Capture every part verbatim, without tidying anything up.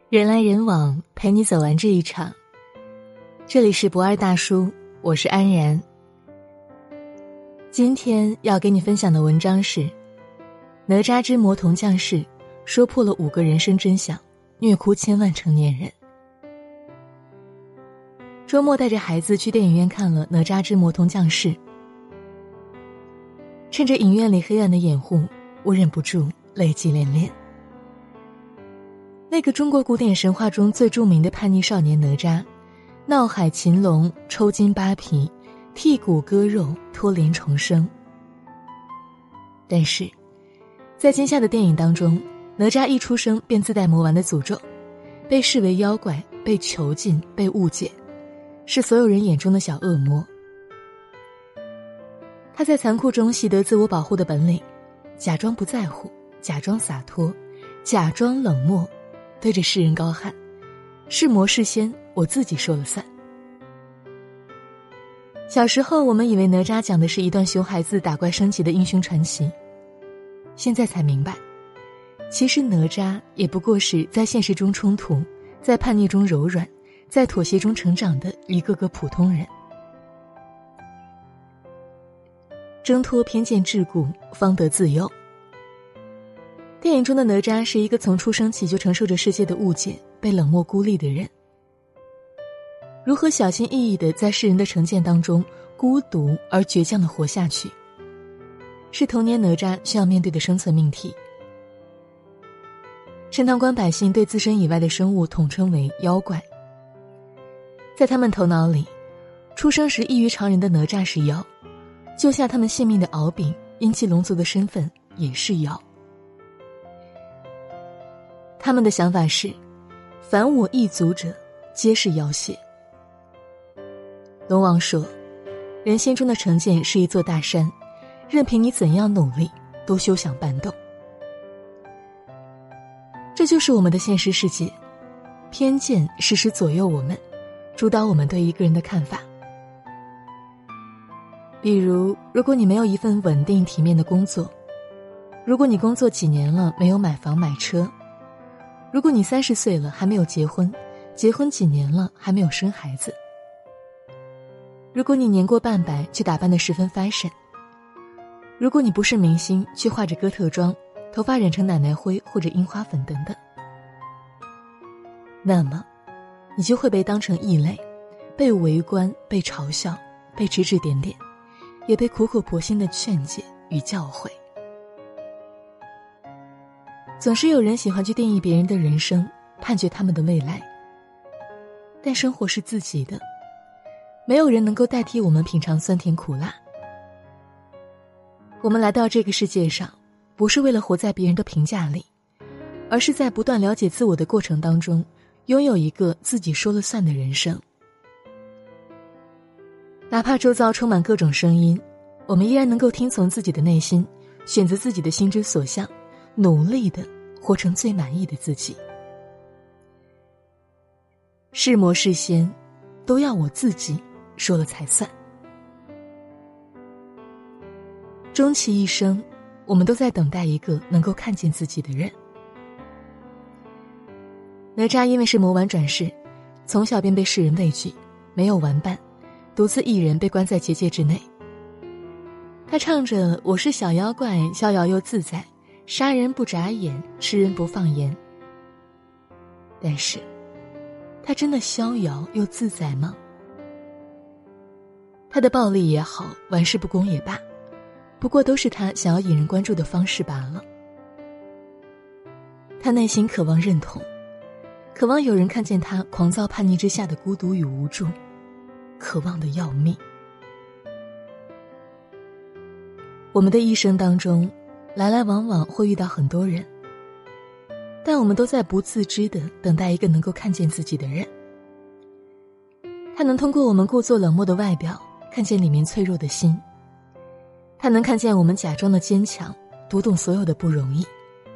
人来人往，陪你走完这一场。这里是不二大叔，我是安然。今天要给你分享的文章是哪吒之魔童降世，说破了五个人生真相，虐哭千万成年人。周末带着孩子去电影院看了哪吒之魔童降世，趁着影院里黑暗的掩护，我忍不住泪迹连连。那个中国古典神话中最著名的叛逆少年哪吒，闹海擒龙，抽筋扒皮，剔骨割肉，脱鳞重生。但是在今夏的电影当中，哪吒一出生便自带魔丸的诅咒，被视为妖怪，被囚禁，被误解，是所有人眼中的小恶魔。他在残酷中习得自我保护的本领，假装不在乎，假装洒脱，假装冷漠，对着世人高喊，是魔是仙，我自己说了算。小时候我们以为哪吒讲的是一段熊孩子打怪升级的英雄传奇，现在才明白，其实哪吒也不过是在现实中冲突，在叛逆中柔软，在妥协中成长的一个个普通人。挣脱偏见桎梏，方得自由。电影中的哪吒是一个从出生起就承受着世界的误解，被冷漠孤立的人。如何小心翼翼地在世人的成见当中孤独而倔强地活下去，是童年哪吒需要面对的生存命题。陈塘关百姓对自身以外的生物统称为妖怪，在他们头脑里，出生时异于常人的哪吒是妖，救下他们性命的敖丙因其龙族的身份也是妖。他们的想法是，凡我一族者皆是妖邪。龙王说，人心中的成见是一座大山，任凭你怎样努力都休想搬动。这就是我们的现实世界，偏见时时左右我们，主导我们对一个人的看法。比如，如果你没有一份稳定体面的工作，如果你工作几年了没有买房买车，如果你三十岁了还没有结婚，结婚几年了还没有生孩子，如果你年过半百却打扮得十分 fashion， 如果你不是明星却化着哥特妆，头发染成奶奶灰或者樱花粉等等，那么你就会被当成异类，被围观，被嘲笑，被指指点点，也被苦口婆心的劝解与教诲。总是有人喜欢去定义别人的人生，判决他们的未来，但生活是自己的，没有人能够代替我们品尝酸甜苦辣。我们来到这个世界上，不是为了活在别人的评价里，而是在不断了解自我的过程当中，拥有一个自己说了算的人生。哪怕周遭充满各种声音，我们依然能够听从自己的内心，选择自己的心之所向，努力地活成最满意的自己。是魔是仙，都要我自己说了才算。终其一生，我们都在等待一个能够看见自己的人。哪吒因为是魔丸转世，从小便被世人畏惧，没有玩伴，独自一人被关在结界之内。他唱着我是小妖怪，逍遥又自在，杀人不眨眼，吃人不放盐。但是他真的逍遥又自在吗？他的暴力也好，玩世不恭也罢，不过都是他想要引人关注的方式罢了。他内心渴望认同，渴望有人看见他狂躁叛逆之下的孤独与无助，渴望的要命。我们的一生当中，来来往往会遇到很多人，但我们都在不自知地等待一个能够看见自己的人。他能通过我们故作冷漠的外表，看见里面脆弱的心。他能看见我们假装的坚强，读懂所有的不容易。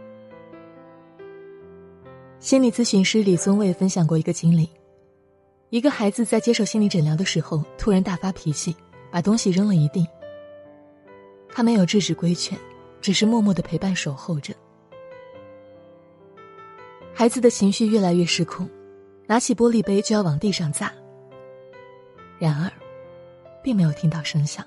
心理咨询师李松蔚分享过一个经历，一个孩子在接受心理诊疗的时候，突然大发脾气，把东西扔了一地。他没有制止规劝，只是默默地陪伴守候着。 孩子的情绪越来越失控，拿起玻璃杯就要往地上砸。然而，并没有听到声响。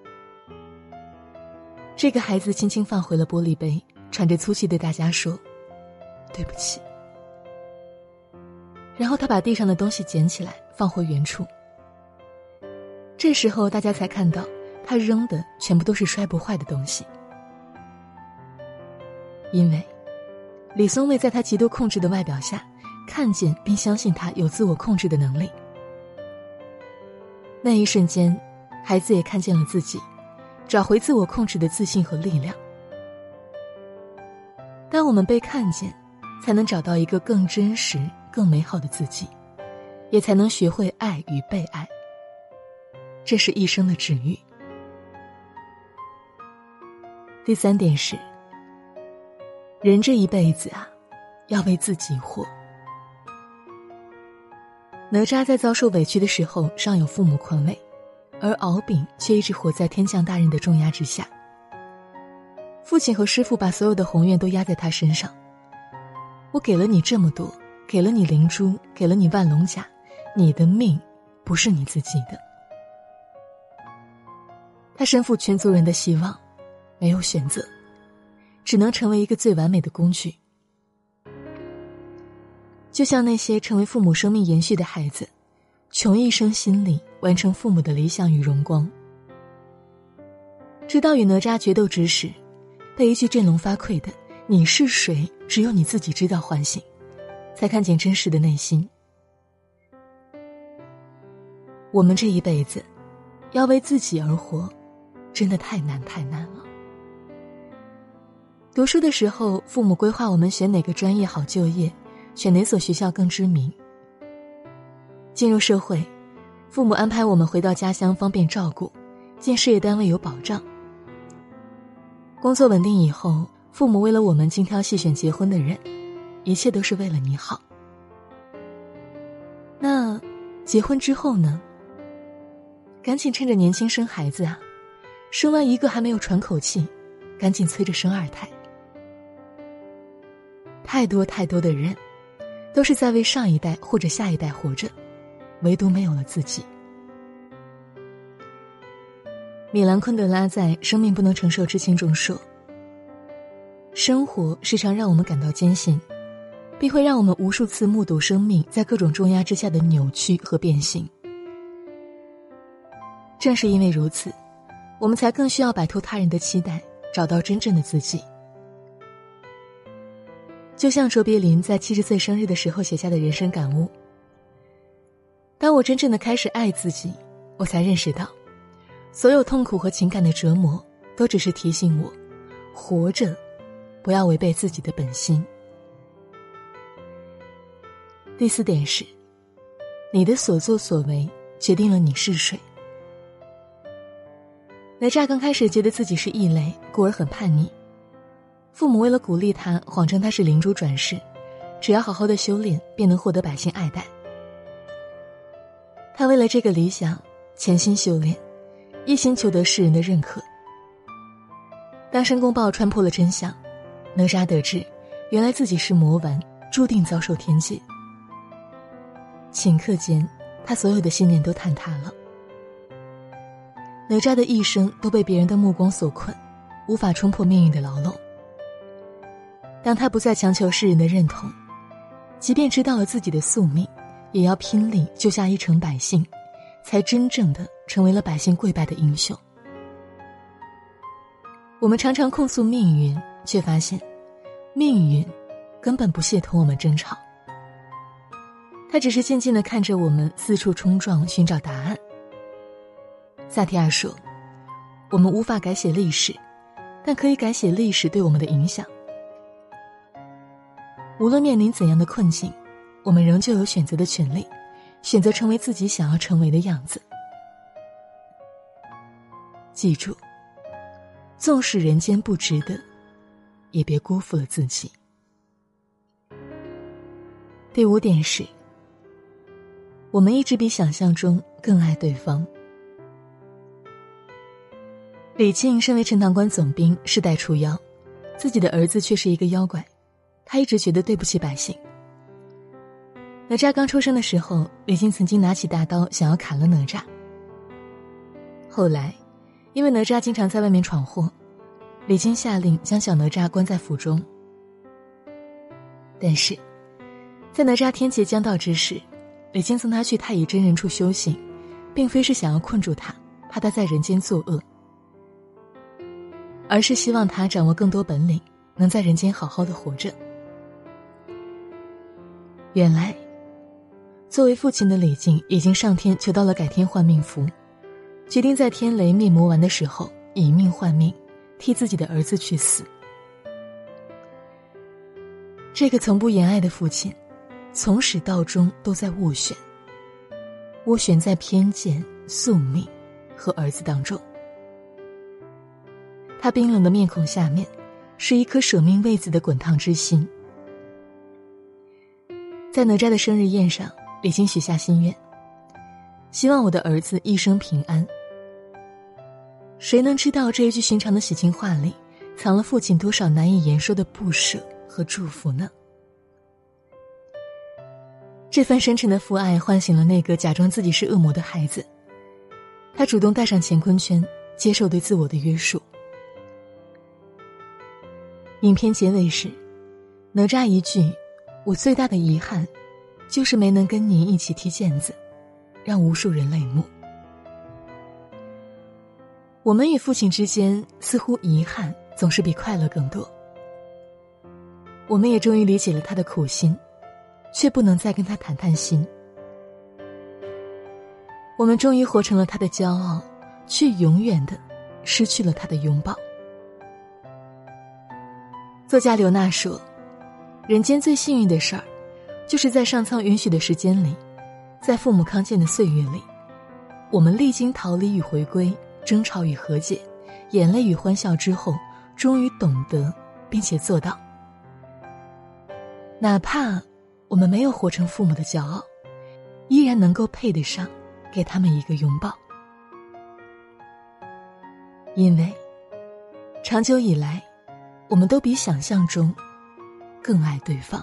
这个孩子轻轻放回了玻璃杯，喘着粗气对大家说：“对不起。”然后他把地上的东西捡起来，放回原处。这时候大家才看到，他扔的全部都是摔不坏的东西。因为李松蔚在他极度控制的外表下，看见并相信他有自我控制的能力。那一瞬间，孩子也看见了自己，找回自我控制的自信和力量。当我们被看见，才能找到一个更真实、更美好的自己，也才能学会爱与被爱。这是一生的治愈。第三点是，人这一辈子啊，要为自己活。哪吒在遭受委屈的时候尚有父母宽慰，而敖丙却一直活在天降大任的重压之下。父亲和师父把所有的宏愿都压在他身上，我给了你这么多，给了你灵珠，给了你万龙甲，你的命不是你自己的。他身负全族人的希望，没有选择，只能成为一个最完美的工具。就像那些成为父母生命延续的孩子，穷一生心力完成父母的理想与荣光。直到与哪吒决斗之时，被一句振聋发聩的“你是谁，只有你自己知道”唤醒，才看见真实的内心。我们这一辈子要为自己而活，真的太难太难了。读书的时候，父母规划我们选哪个专业好就业，选哪所学校更知名。进入社会，父母安排我们回到家乡方便照顾，进事业单位有保障。工作稳定以后，父母为了我们精挑细选结婚的人，一切都是为了你好。那结婚之后呢？赶紧趁着年轻生孩子啊，生完一个还没有喘口气，赶紧催着生二胎。太多太多的人都是在为上一代或者下一代活着，唯独没有了自己。米兰昆德拉在《生命不能承受之轻》中说，生活时常让我们感到艰辛，并会让我们无数次目睹生命在各种重压之下的扭曲和变形。正是因为如此，我们才更需要摆脱他人的期待，找到真正的自己。就像卓别林在七十岁生日的时候写下的人生感悟，当我真正的开始爱自己，我才认识到，所有痛苦和情感的折磨都只是提醒我，活着不要违背自己的本心。第四点是，你的所作所为决定了你是谁。哪吒刚开始觉得自己是异类，故而很叛逆。父母为了鼓励他，谎称他是灵珠转世，只要好好的修炼，便能获得百姓爱戴。他为了这个理想，潜心修炼，一心求得世人的认可。当申公豹穿破了真相，哪吒得知，原来自己是魔丸，注定遭受天劫。顷刻间，他所有的信念都坍塌了。哪吒的一生都被别人的目光所困，无法冲破命运的牢笼。当他不再强求世人的认同，即便知道了自己的宿命，也要拼力救下一城百姓，才真正的成为了百姓跪拜的英雄。我们常常控诉命运，却发现命运根本不屑同我们争吵，他只是静静地看着我们四处冲撞，寻找答案。萨提尔说，我们无法改写历史，但可以改写历史对我们的影响。无论面临怎样的困境，我们仍旧有选择的权利，选择成为自己想要成为的样子。记住，纵使人间不值得，也别辜负了自己。第五点是，我们一直比想象中更爱对方。李靖身为陈塘关总兵，世代除妖，自己的儿子却是一个妖怪，他一直觉得对不起百姓， 哪吒刚出生的时候，李靖曾经拿起大刀想要砍了哪吒。后来因为哪吒经常在外面闯祸，李靖下令将小哪吒关在府中。但是在哪吒天劫将到之时，李靖送他去太乙真人处修行，并非是想要困住他，怕他在人间作恶，而是希望他掌握更多本领，能在人间好好的活着。原来作为父亲的李靖已经上天求到了改天换命符，决定在天雷灭魔丸的时候以命换命，替自己的儿子去死。这个从不言爱的父亲，从始到终都在斡旋，斡旋在偏见、宿命和儿子当中。他冰冷的面孔下面是一颗舍命为子的滚烫之心。在哪吒的生日宴上，李靖许下心愿，希望我的儿子一生平安。谁能知道这一句寻常的喜庆话里藏了父亲多少难以言说的不舍和祝福呢？这份深沉的父爱唤醒了那个假装自己是恶魔的孩子，他主动戴上乾坤圈，接受对自我的约束。影片结尾时，哪吒一句我最大的遗憾就是没能跟您一起踢毽子，让无数人泪目。我们与父亲之间似乎遗憾总是比快乐更多。我们也终于理解了他的苦心，却不能再跟他谈谈心。我们终于活成了他的骄傲，却永远的失去了他的拥抱。作家刘娜说，人间最幸运的事儿，就是在上苍允许的时间里，在父母康健的岁月里，我们历经逃离与回归，争吵与和解，眼泪与欢笑之后，终于懂得并且做到，哪怕我们没有活成父母的骄傲，依然能够配得上给他们一个拥抱。因为长久以来，我们都比想象中更爱对方。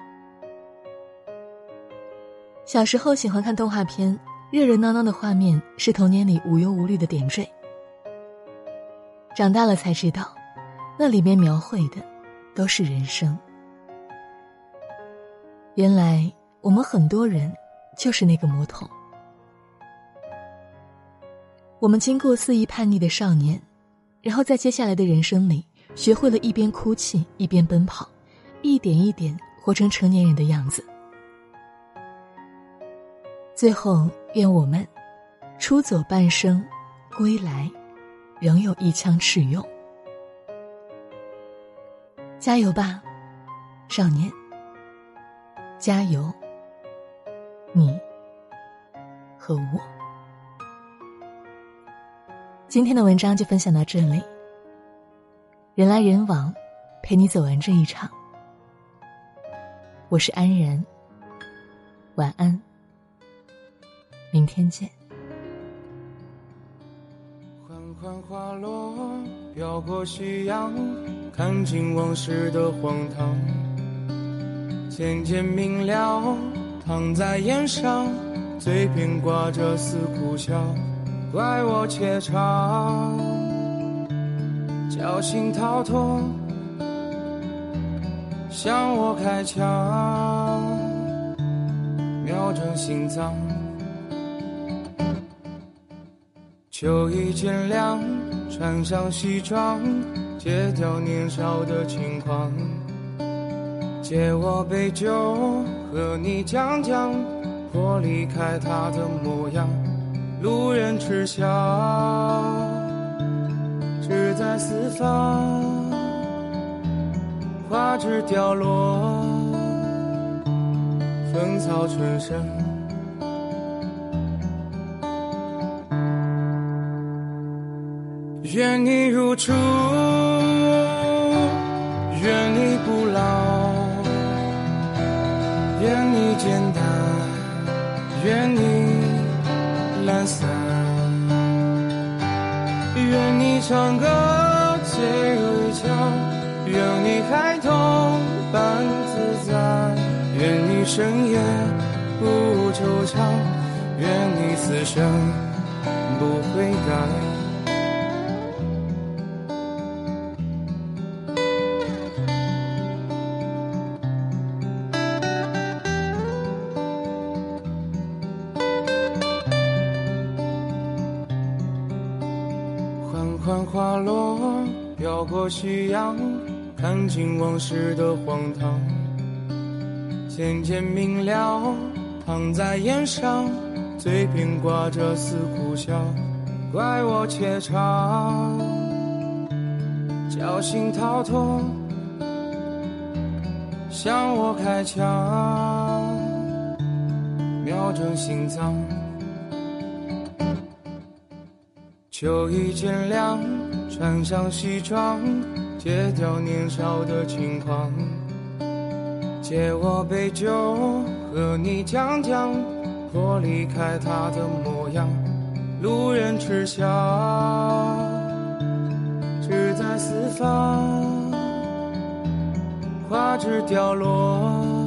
小时候喜欢看动画片，热热闹闹的画面是童年里无忧无虑的点缀。长大了才知道，那里面描绘的都是人生。原来我们很多人就是那个魔童。我们经过肆意叛逆的少年，然后在接下来的人生里学会了一边哭泣一边奔跑，一点一点活成成年人的样子。最后愿我们出走半生，归来仍有一腔赤勇。加油吧，少年，加油，你和我。今天的文章就分享到这里，人来人往，陪你走完这一场。我是安然，晚安，明天见。 缓缓花落，飘过夕阳，看尽往事的荒唐。渐渐明了，躺在檐上，嘴边挂着丝苦笑，怪我怯场，侥幸逃脱，向我开枪，瞄准心脏。秋意渐凉，穿上西装，戒掉年少的轻狂。借我杯酒，和你讲讲我离开他的模样。路人耻笑，志在四方，花枝凋落，芳草春生。愿你如初，愿你不老，愿你简单，愿你懒散，愿你唱歌最微笑，愿你孩童般自在，愿你深夜不惆怅，愿你此生不悔改。缓缓花落，飘过夕阳，看尽往事的荒唐。渐渐明了，躺在檐上，嘴边挂着似苦笑。怪我怯场，侥幸逃脱，向我开枪，瞄准心脏。秋意渐凉，穿上西装，戒掉年少的轻狂。借我杯酒，和你讲讲我离开他的模样。路人耻笑，志在四方，花枝凋落，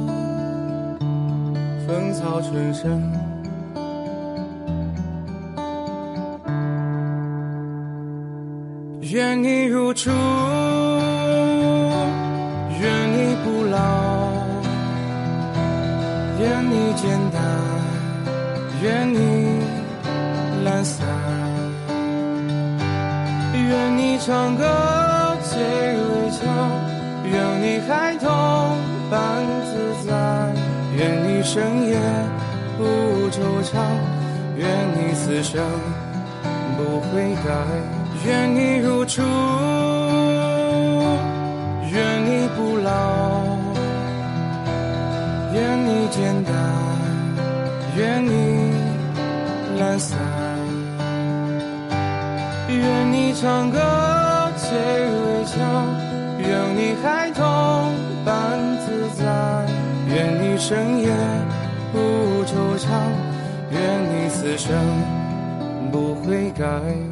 风草春生。愿你如初，愿你不老，愿你简单，愿你懒散，愿你唱歌最微俏，愿你孩童般自在，愿你深夜不惆怅，愿你此生不悔改。愿你如初，愿你不老，愿你简单，愿你懒散，愿你唱歌最微俏，愿你孩童般自在，愿你深夜不惆怅，愿你此生不悔改。